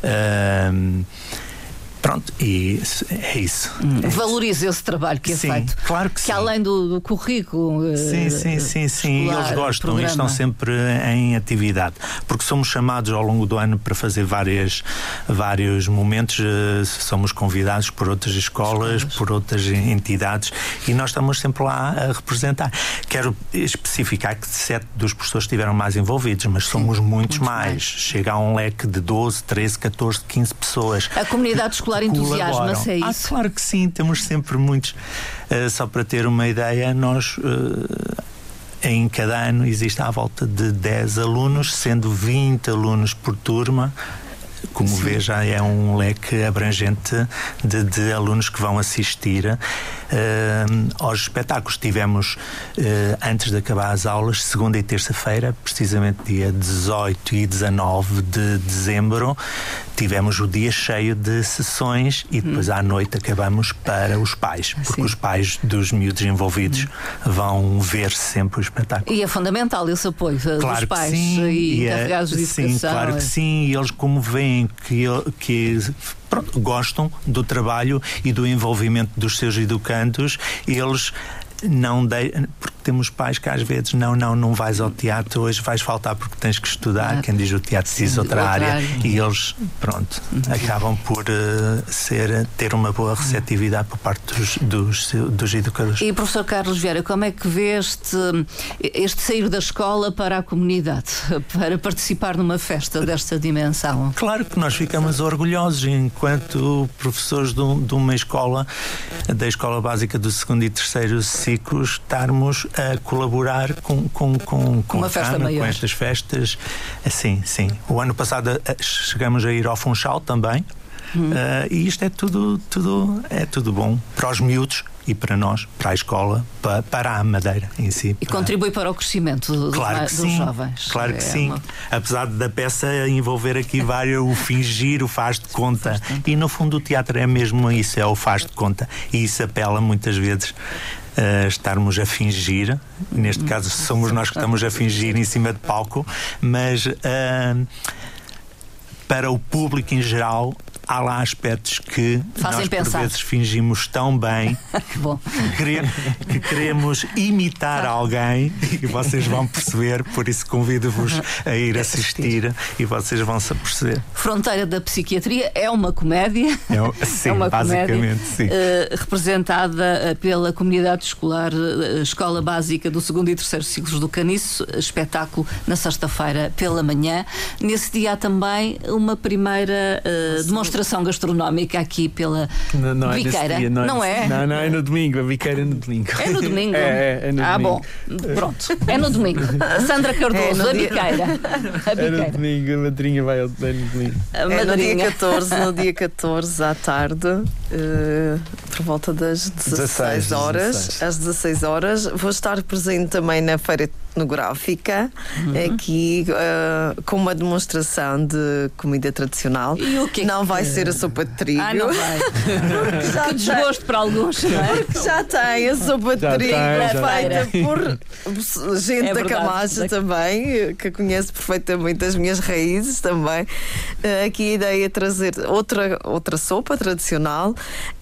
Uh, Pronto, e é isso. Hum, é valoriza esse trabalho que é sim, feito. Claro que, que sim. além do, do currículo. Sim, sim, sim, sim. Eles gostam programa. E estão sempre em atividade. Porque somos chamados ao longo do ano para fazer várias, vários momentos. Somos convidados por outras escolas, escolas, por outras entidades, e nós estamos sempre lá a representar. Quero especificar que sete dos professores estiveram mais envolvidos, mas somos sim, muitos, muitos mais. mais. Chega a um leque de doze, treze, catorze, quinze pessoas. A comunidade escolar entusiasma-se, é isso? Ah, claro que sim, temos sempre muitos. Uh, só para ter uma ideia, nós uh, em cada ano existe à volta de dez alunos, sendo vinte alunos por turma. Como sim. vê, já é um leque abrangente de, de alunos que vão assistir uh, aos espetáculos. Tivemos, uh, antes de acabar as aulas, segunda e terça-feira, precisamente dia dezoito e dezanove de dezembro, tivemos o dia cheio de sessões e depois hum. à noite acabamos para os pais, porque sim. os pais dos miúdos envolvidos hum. vão ver sempre o espetáculo. E é fundamental esse apoio claro dos pais sim, e e encarregados é, de educação. Sim, claro que sim, e eles como veem que, que pronto, gostam do trabalho e do envolvimento dos seus educandos, eles não de... porque temos pais que às vezes não, não, não vais ao teatro, hoje vais faltar porque tens que estudar, ah, quem diz o teatro sim, diz outra, outra área, área e eles pronto, uhum. acabam por uh, ser, ter uma boa receptividade por parte dos, dos, dos educadores. E professor Carlos Vieira, como é que vê este, este sair da escola para a comunidade, para participar numa festa desta dimensão? Claro que nós ficamos orgulhosos enquanto professores de, de uma escola, da escola básica do segundo e terceiro ciclos, estarmos a colaborar com, com, com, com uma festa Ana, maior. Com estas festas. Sim, sim. O ano passado chegamos a ir ao Funchal também. Hum. Uh, e isto é tudo, tudo, é tudo bom para os miúdos e para nós, para a escola, para, para a Madeira em si. E para... contribui para o crescimento do, claro dos sim, jovens. Claro que é sim. Uma... Apesar da peça envolver aqui vários, o fingir, o faz de conta. Faz de... E no fundo o teatro é mesmo isso, é o faz de conta. E isso apela muitas vezes a estarmos a fingir. Neste caso somos nós que estamos a fingir em cima de palco, mas uh, para o público em geral há lá aspectos que fazem nós pensar. Por vezes fingimos tão bem que, bom. Que, quere, que queremos imitar alguém e vocês vão perceber, por isso convido-vos a ir assistir e vocês vão se aperceber. Fronteira da Psiquiatria é uma comédia, é, sim, é uma basicamente comédia, sim. Uh, representada pela comunidade escolar, uh, Escola Básica do segundo e terceiro ciclos do Caniço, espetáculo na sexta-feira pela manhã. Nesse dia há também uma primeira uh, demonstração gastronómica aqui pela não, não Biqueira. É dia, não, não é? Não, não, é no domingo. A Biqueira é no domingo. É no domingo? É, é, é no ah, domingo. bom. Pronto. É no domingo. Sandra Cardoso, é a dia... Biqueira. A Biqueira. É no domingo. A madrinha vai ao é no domingo. É no dia catorze, no dia catorze à tarde, uh, por volta das dezasseis horas. Às dezasseis horas. Vou estar presente também na feira etnográfica, uhum. aqui uh, com uma demonstração de comida tradicional. E o que não que... vai ser a sopa de trigo. Ah, não vai. Que desgosto para alguns, não é? Porque já tem a sopa de já trigo tem, feita por gente é da Camacha da... também, que conhece perfeitamente as minhas raízes também. Uh, aqui a ideia é trazer outra, outra sopa tradicional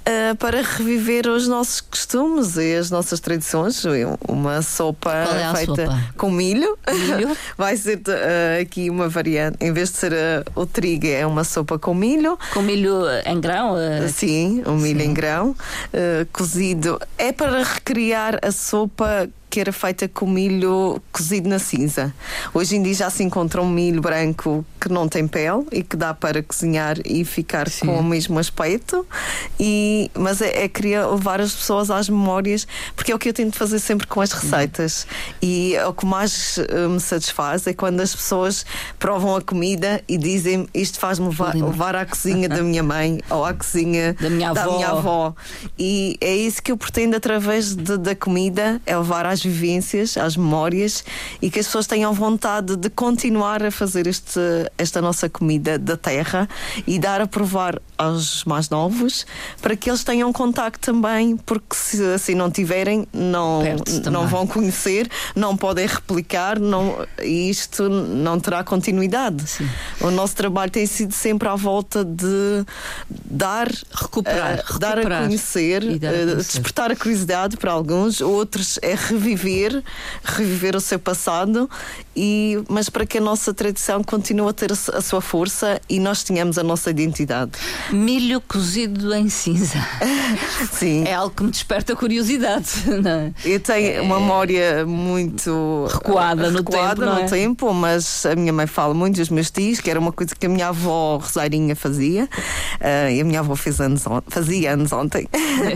uh, para reviver os nossos costumes e as nossas tradições. Uma sopa é feita sopa? com milho. milho? Vai ser uh, aqui uma variante. Em vez de ser uh, o trigo, é uma sopa com milho. Com milho em grão? Uh... Sim, o milho Sim. em grão, uh, cozido. É para recriar a sopa que era feita com milho cozido na cinza. Hoje em dia já se encontra um milho branco que não tem pele e que dá para cozinhar e ficar Sim. com o mesmo aspecto. E, mas é, é queria levar as pessoas às memórias, porque é o que eu tento fazer sempre com as receitas. Hum. E é o que mais uh, me satisfaz é quando as pessoas provam a comida e dizem isto faz-me levar, levar à cozinha da minha mãe ou à cozinha da minha avó. Da minha avó. E é isso que eu pretendo através de, da comida, é levar às vivências, às memórias, e que as pessoas tenham vontade de continuar a fazer este, esta nossa comida da terra e dar a provar aos mais novos, para que eles tenham contacto também, porque se assim não tiverem, não, não vão conhecer, não podem replicar, não, e isto não terá continuidade. Sim. O nosso trabalho tem sido sempre à volta de dar, recuperar, uh, dar a conhecer, dar a conhecer. Uh, despertar a curiosidade para alguns, outros é reviver Reviver, reviver o seu passado, e, mas para que a nossa tradição continue a ter a sua força e nós tenhamos a nossa identidade. Milho cozido em cinza. Sim. É algo que me desperta curiosidade. Não é? Eu tenho é... uma memória muito recuada no, recuada tempo, no é? tempo, mas a minha mãe fala muito, os meus tios, que era uma coisa que a minha avó Rosairinha fazia, uh, e a minha avó fez anos on- fazia anos ontem.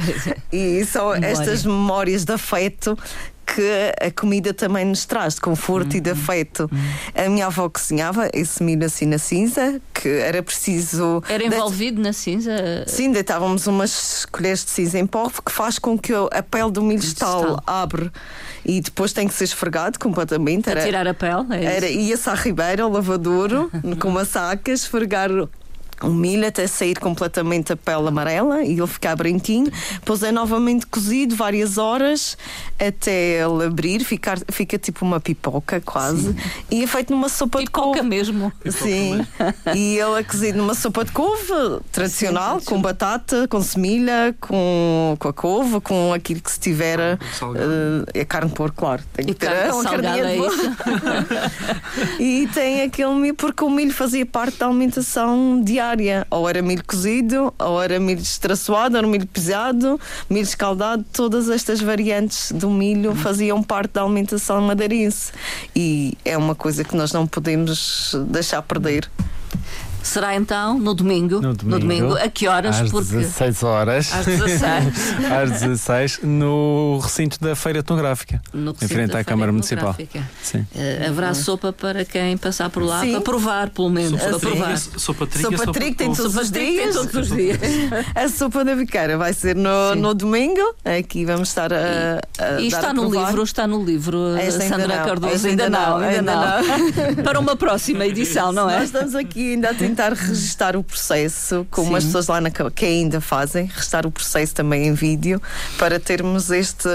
E são Memória. Estas memórias de afeto que a comida também nos traz, de conforto hum, e de afeto. Hum. A minha avó cozinhava esse milho assim na cinza, que era preciso... Era envolvido de... na cinza? Sim, deitávamos umas colheres de cinza em pó, que faz com que a pele do milho estalo abre e depois tem que ser esfregado completamente. Para era, tirar a pele? É era, ia-se à ribeira, ao lavadouro, com uma saca, esfregar o milho até sair completamente a pele amarela e ele ficar branquinho. Depois é novamente cozido várias horas até ele abrir, ficar, fica tipo uma pipoca quase. Sim. E é feito numa sopa pipoca de couve mesmo. Sim. E ele é cozido numa sopa de couve tradicional, sim, com batata, com semilha, com, com a couve, com aquilo que se tiver. Uh, é carne de porco, claro. Tem que e ter carne uma salgada, carninha de é E tem aquele milho, porque o milho fazia parte da alimentação diária. Ou era milho cozido, ou era milho estraçoado, ou era milho pisado, milho escaldado. Todas estas variantes do milho faziam parte da alimentação madeirense. E é uma coisa que nós não podemos deixar perder. Será então no domingo? No domingo. No domingo. A que horas? Às Porque... dezasseis horas. Às dezasseis. Às dezasseis, no recinto da Feira Etnográfica. No em frente à Câmara Municipal. Sim. Uh, haverá sopa para quem passar por lá, sim, para provar, pelo menos. Sopa para provar. Sopa trigo, sopa trigo tem todos os dias. Todos os dias. A sopa da biqueira vai ser no, no domingo. Aqui vamos estar a. a e está no livro, está no livro, esta Sandra Cardoso. Ainda, ainda não, ainda não. Ainda não. Para uma próxima edição, não é? Nós estamos aqui ainda a tentar registrar o processo, como sim, as pessoas lá na que ainda fazem, restar o processo também em vídeo, para termos este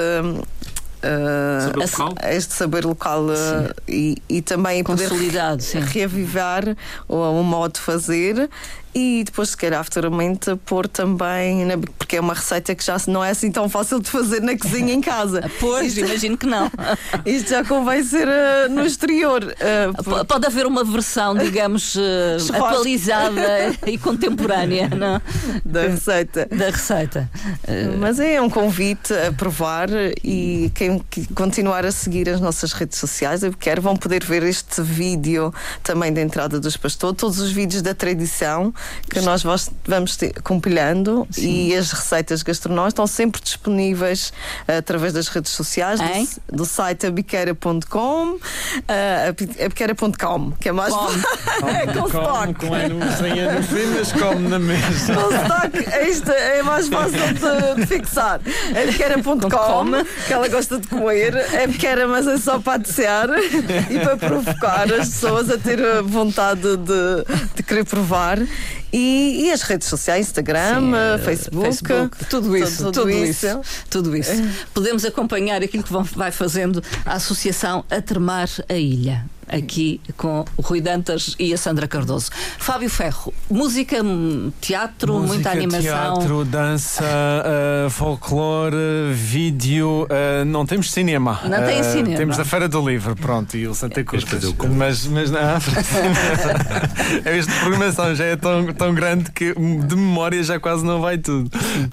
Uh, saber este saber local uh, e, e também poder sim. reavivar o, o modo de fazer. E depois, se calhar, futuramente pôr também, na, porque é uma receita que já não é assim tão fácil de fazer na cozinha em casa. Pois, isto, imagino que não. Isto já convém ser uh, no exterior. Uh, por... Pode haver uma versão, digamos, uh, atualizada e contemporânea, não? Da receita. Da receita. Uh... Mas é um convite a provar, e quem continuar a seguir as nossas redes sociais, eu quero, vão poder ver este vídeo também da entrada dos pastores, todos os vídeos da tradição que nós vamos ter, compilando. Sim. E as receitas gastronómicas estão sempre disponíveis uh, através das redes sociais, do, do site abiqueira ponto com, uh, abiqueira ponto com, que é mais fácil. É com stock. Com é no, sem é no fim, mas come na mesa. Com stock, isto é mais fácil de, de fixar. abiqueira ponto com, que ela gosta de comer. É abiqueira, mas é só para desejar e para provocar as pessoas a ter vontade de, de querer provar. E, e as redes sociais, Instagram, sim, Facebook, Facebook, tudo isso, tudo, tudo isso, isso, tudo isso. É. Podemos acompanhar aquilo que vão, vai fazendo a Associação A Termar a Ilha. aqui com o Rui Dantas e a Sandra Cardoso. Fábio Ferro, música, teatro, música, muita animação. Teatro, dança, uh, folclore, vídeo. Uh, não temos cinema. Não tem uh, cinema. Temos a Feira do Livro, pronto, e o Santa Cruz. Mas, mas não. Esta programação já é tão, tão grande que de memória já quase não vai tudo.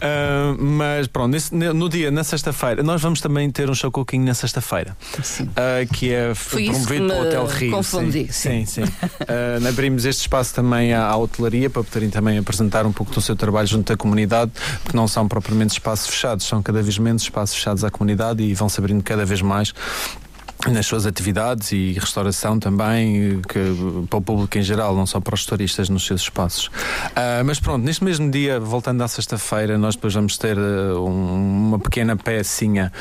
Uh, mas pronto, nesse, no dia, na sexta-feira, nós vamos também ter um show coquinho na sexta-feira, uh, que é Foi promovido pelo Hotel Rio. Confundi, sim, sim. sim. uh, abrimos este espaço também à, à hotelaria para poderem também apresentar um pouco do seu trabalho junto à comunidade, porque não são propriamente espaços fechados, são cada vez menos espaços fechados à comunidade e vão se abrindo cada vez mais nas suas atividades e restauração também, que, para o público em geral, não só para os turistas nos seus espaços. Uh, mas pronto, neste mesmo dia, voltando à sexta-feira, nós depois vamos ter uh, um, uma pequena pecinha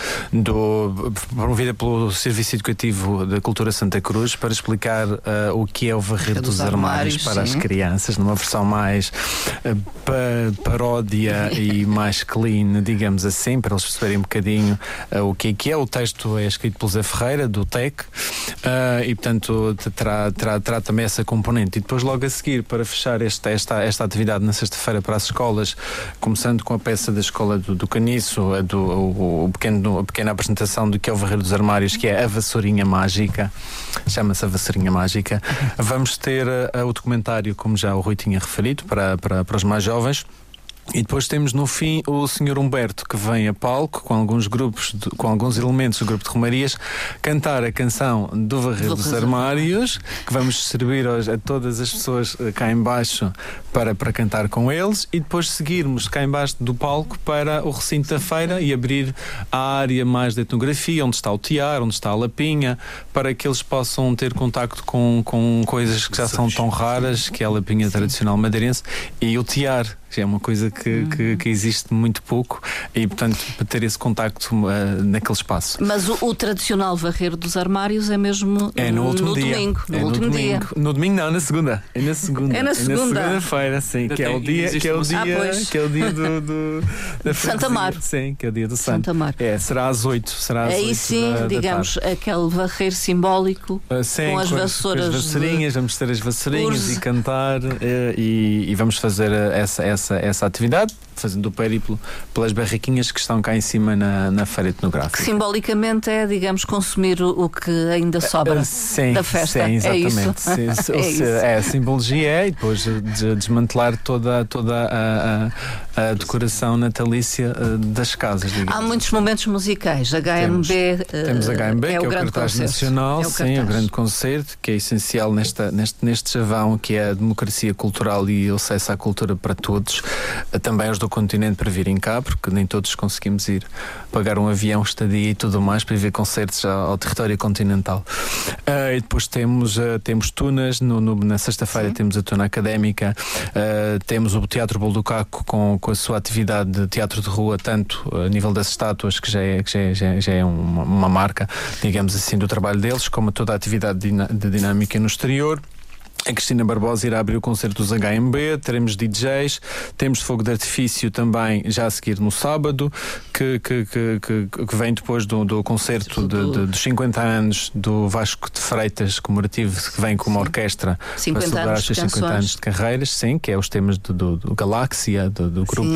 do, promovida pelo Serviço Educativo da Cultura Santa Cruz para explicar uh, o que é o varrer dos, dos armários, armários para sim. as crianças, numa versão mais uh, pa, paródia e mais clean, digamos assim, para eles perceberem um bocadinho uh, o que é que é. O texto é escrito pelo Zé Ferreira, do T E C, uh, e portanto terá, terá, terá também essa componente. E depois logo a seguir, para fechar esta, esta, esta atividade na sexta-feira para as escolas, começando com a peça da Escola do, do Caniço, a, do, o, o pequeno, a pequena apresentação do que é o Varrer dos Armários, que é a Vassourinha Mágica, chama-se a Vassourinha Mágica. Vamos ter uh, o documentário, como já o Rui tinha referido, para, para, para os mais jovens. E depois temos no fim o senhor Humberto, que vem a palco com alguns grupos, de, com alguns elementos do grupo de Romarias, cantar a canção do Varrer dos Armários, que vamos servir hoje a todas as pessoas cá em baixo para, para cantar com eles, e depois seguirmos cá em baixo do palco para o recinto da feira e abrir a área mais de etnografia, onde está o tiar, onde está a lapinha, para que eles possam ter contacto com, com coisas que já são tão raras, que é a lapinha tradicional madeirense e o tiar, que é uma coisa que, que, que existe muito pouco, e portanto para ter esse contacto uh, naquele espaço. Mas o, o tradicional varrer dos armários é mesmo é no, último no dia. domingo. No é último no dia. Domingo. No domingo não, na segunda. É na segunda. É na segunda. É na segunda-feira, sim, que é o dia, que é o dia, ah, que é o dia do, do da Santa Amaro. Sim, que é o dia do Santo. Santa Amaro. É, será às oito, será às Aí oito sim, da, digamos, da aquele varrer simbólico uh, sim, com as com vassouras. Com as vassourinhas, de... vamos ter as vassourinhas Urze. e cantar uh, e, e vamos fazer essa, essa, essa atividade, fazendo o périplo pelas barraquinhas que estão cá em cima na, na feira etnográfica. Que simbolicamente é, digamos, consumir o, o que ainda sobra uh, sim, da festa. Sim, exatamente. É isso. Sim, é, isso. é, a simbologia é, e depois de desmantelar toda, toda a, a, a decoração natalícia uh, das casas. Digamos. Há muitos momentos musicais. H M B, temos, uh, temos H M B, é que o é o cartaz concerto. nacional, é o sim, o grande concerto, que é essencial nesta, neste, neste chavão, que é a democracia cultural e o acesso à cultura para todos, uh, também os do continente para virem cá, porque nem todos conseguimos ir pagar um avião, estadia e tudo mais para ir ver concertos ao, ao território continental. Uh, e depois temos, uh, temos tunas, no, no, na sexta-feira temos a tuna académica, uh, temos o Teatro Bolo do Caco com, com a sua atividade de teatro de rua, tanto a nível das estátuas, que já é, que já é, já é, já é uma, uma marca, digamos assim, do trabalho deles, como toda a atividade de, de dinâmica no exterior. A Cristina Barbosa irá abrir o concerto dos H M B, teremos D Js, temos fogo de artifício também já a seguir no sábado, que, que, que, que, que vem depois do, do concerto de, de, dos cinquenta anos do Vasco de Freitas comemorativo, que vem com uma orquestra para celebrar os seus cinquenta anos de carreiras, sim, que é os temas do, do, do Galáxia, do, do grupo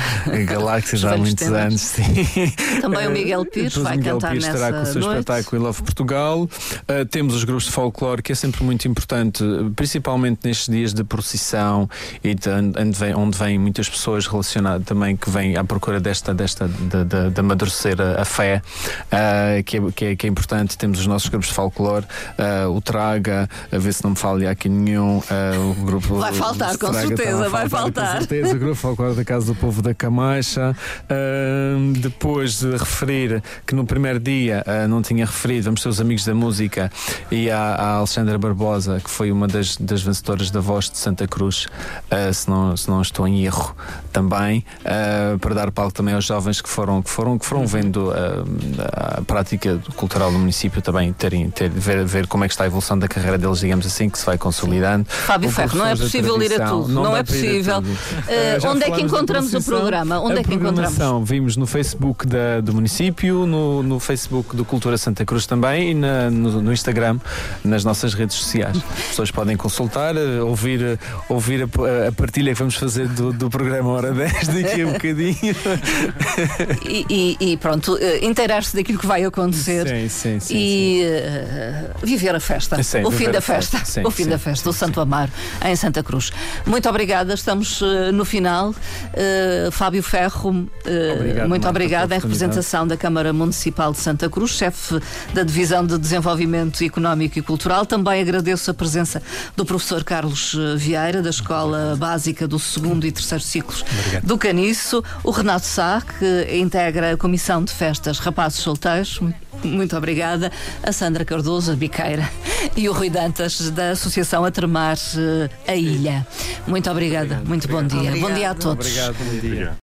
Galáxia já há muitos temas. anos, sim. Também o Miguel Pires vai Miguel cantar Pires nessa estará com o seu noite. espetáculo I Love Portugal. Uh, temos os grupos de folclore, que é sempre muito importante, principalmente nestes dias de procissão e de, onde, vem, onde vêm muitas pessoas relacionadas também, que vêm à procura desta, desta de, de, de amadurecer a, a fé, uh, que, é, que, é, que é importante. Temos os nossos grupos de folclore, uh, o Traga, a ver se não me falha aqui nenhum, uh, o grupo vai faltar, o com Traga certeza, vai faltar. Com certeza, o grupo folclore da Casa do Povo da Camacha. Uh, depois de referir que no primeiro dia uh, não tinha referido, vamos ter os Amigos da Música e a, a Alexandra Barbosa, que foi uma das das, das vencedoras da Voz de Santa Cruz, uh, se, não, se não estou em erro, também, uh, para dar palco também aos jovens que foram, que foram, que foram vendo uh, a prática cultural do município, também terem, ter, ver, ver como é que está a evolução da carreira deles, digamos assim, que se vai consolidando. Fábio Ferro, não é possível ir a tudo, não, não é possível. Uh, onde é que encontramos o programa? Onde a é que encontramos? Vimos no Facebook da, do município, no, no Facebook do Cultura Santa Cruz também e na, no, no Instagram, nas nossas redes sociais. As pessoas podem consultar, ouvir, ouvir a, a partilha que vamos fazer do, do programa Hora dez daqui a um bocadinho. E, e, e pronto, inteirar-se daquilo que vai acontecer. Sim, sim, sim, e sim. Uh, viver a festa. Sim, o fim da festa. Sim, o fim sim, da festa, sim, o Santo sim. Amaro, em Santa Cruz. Muito obrigada, estamos uh, no final. Uh, Fábio Ferro, uh, Obrigado, muito Marta, obrigada em representação da Câmara Municipal de Santa Cruz, chefe da Divisão de Desenvolvimento Económico e Cultural. Também agradeço a presença do professor Carlos Vieira, da Escola Básica do segundo e terceiro ciclos Obrigado. do Caniço, o Renato Sá, que integra a Comissão de Festas Rapazes Solteiros. Muito obrigada. A Sandra Cardoso, a Biqueira, e o Rui Dantas, da Associação A Tremar a Ilha. Muito obrigada. Muito bom dia. Obrigado. Bom dia a todos. Obrigado, bom dia.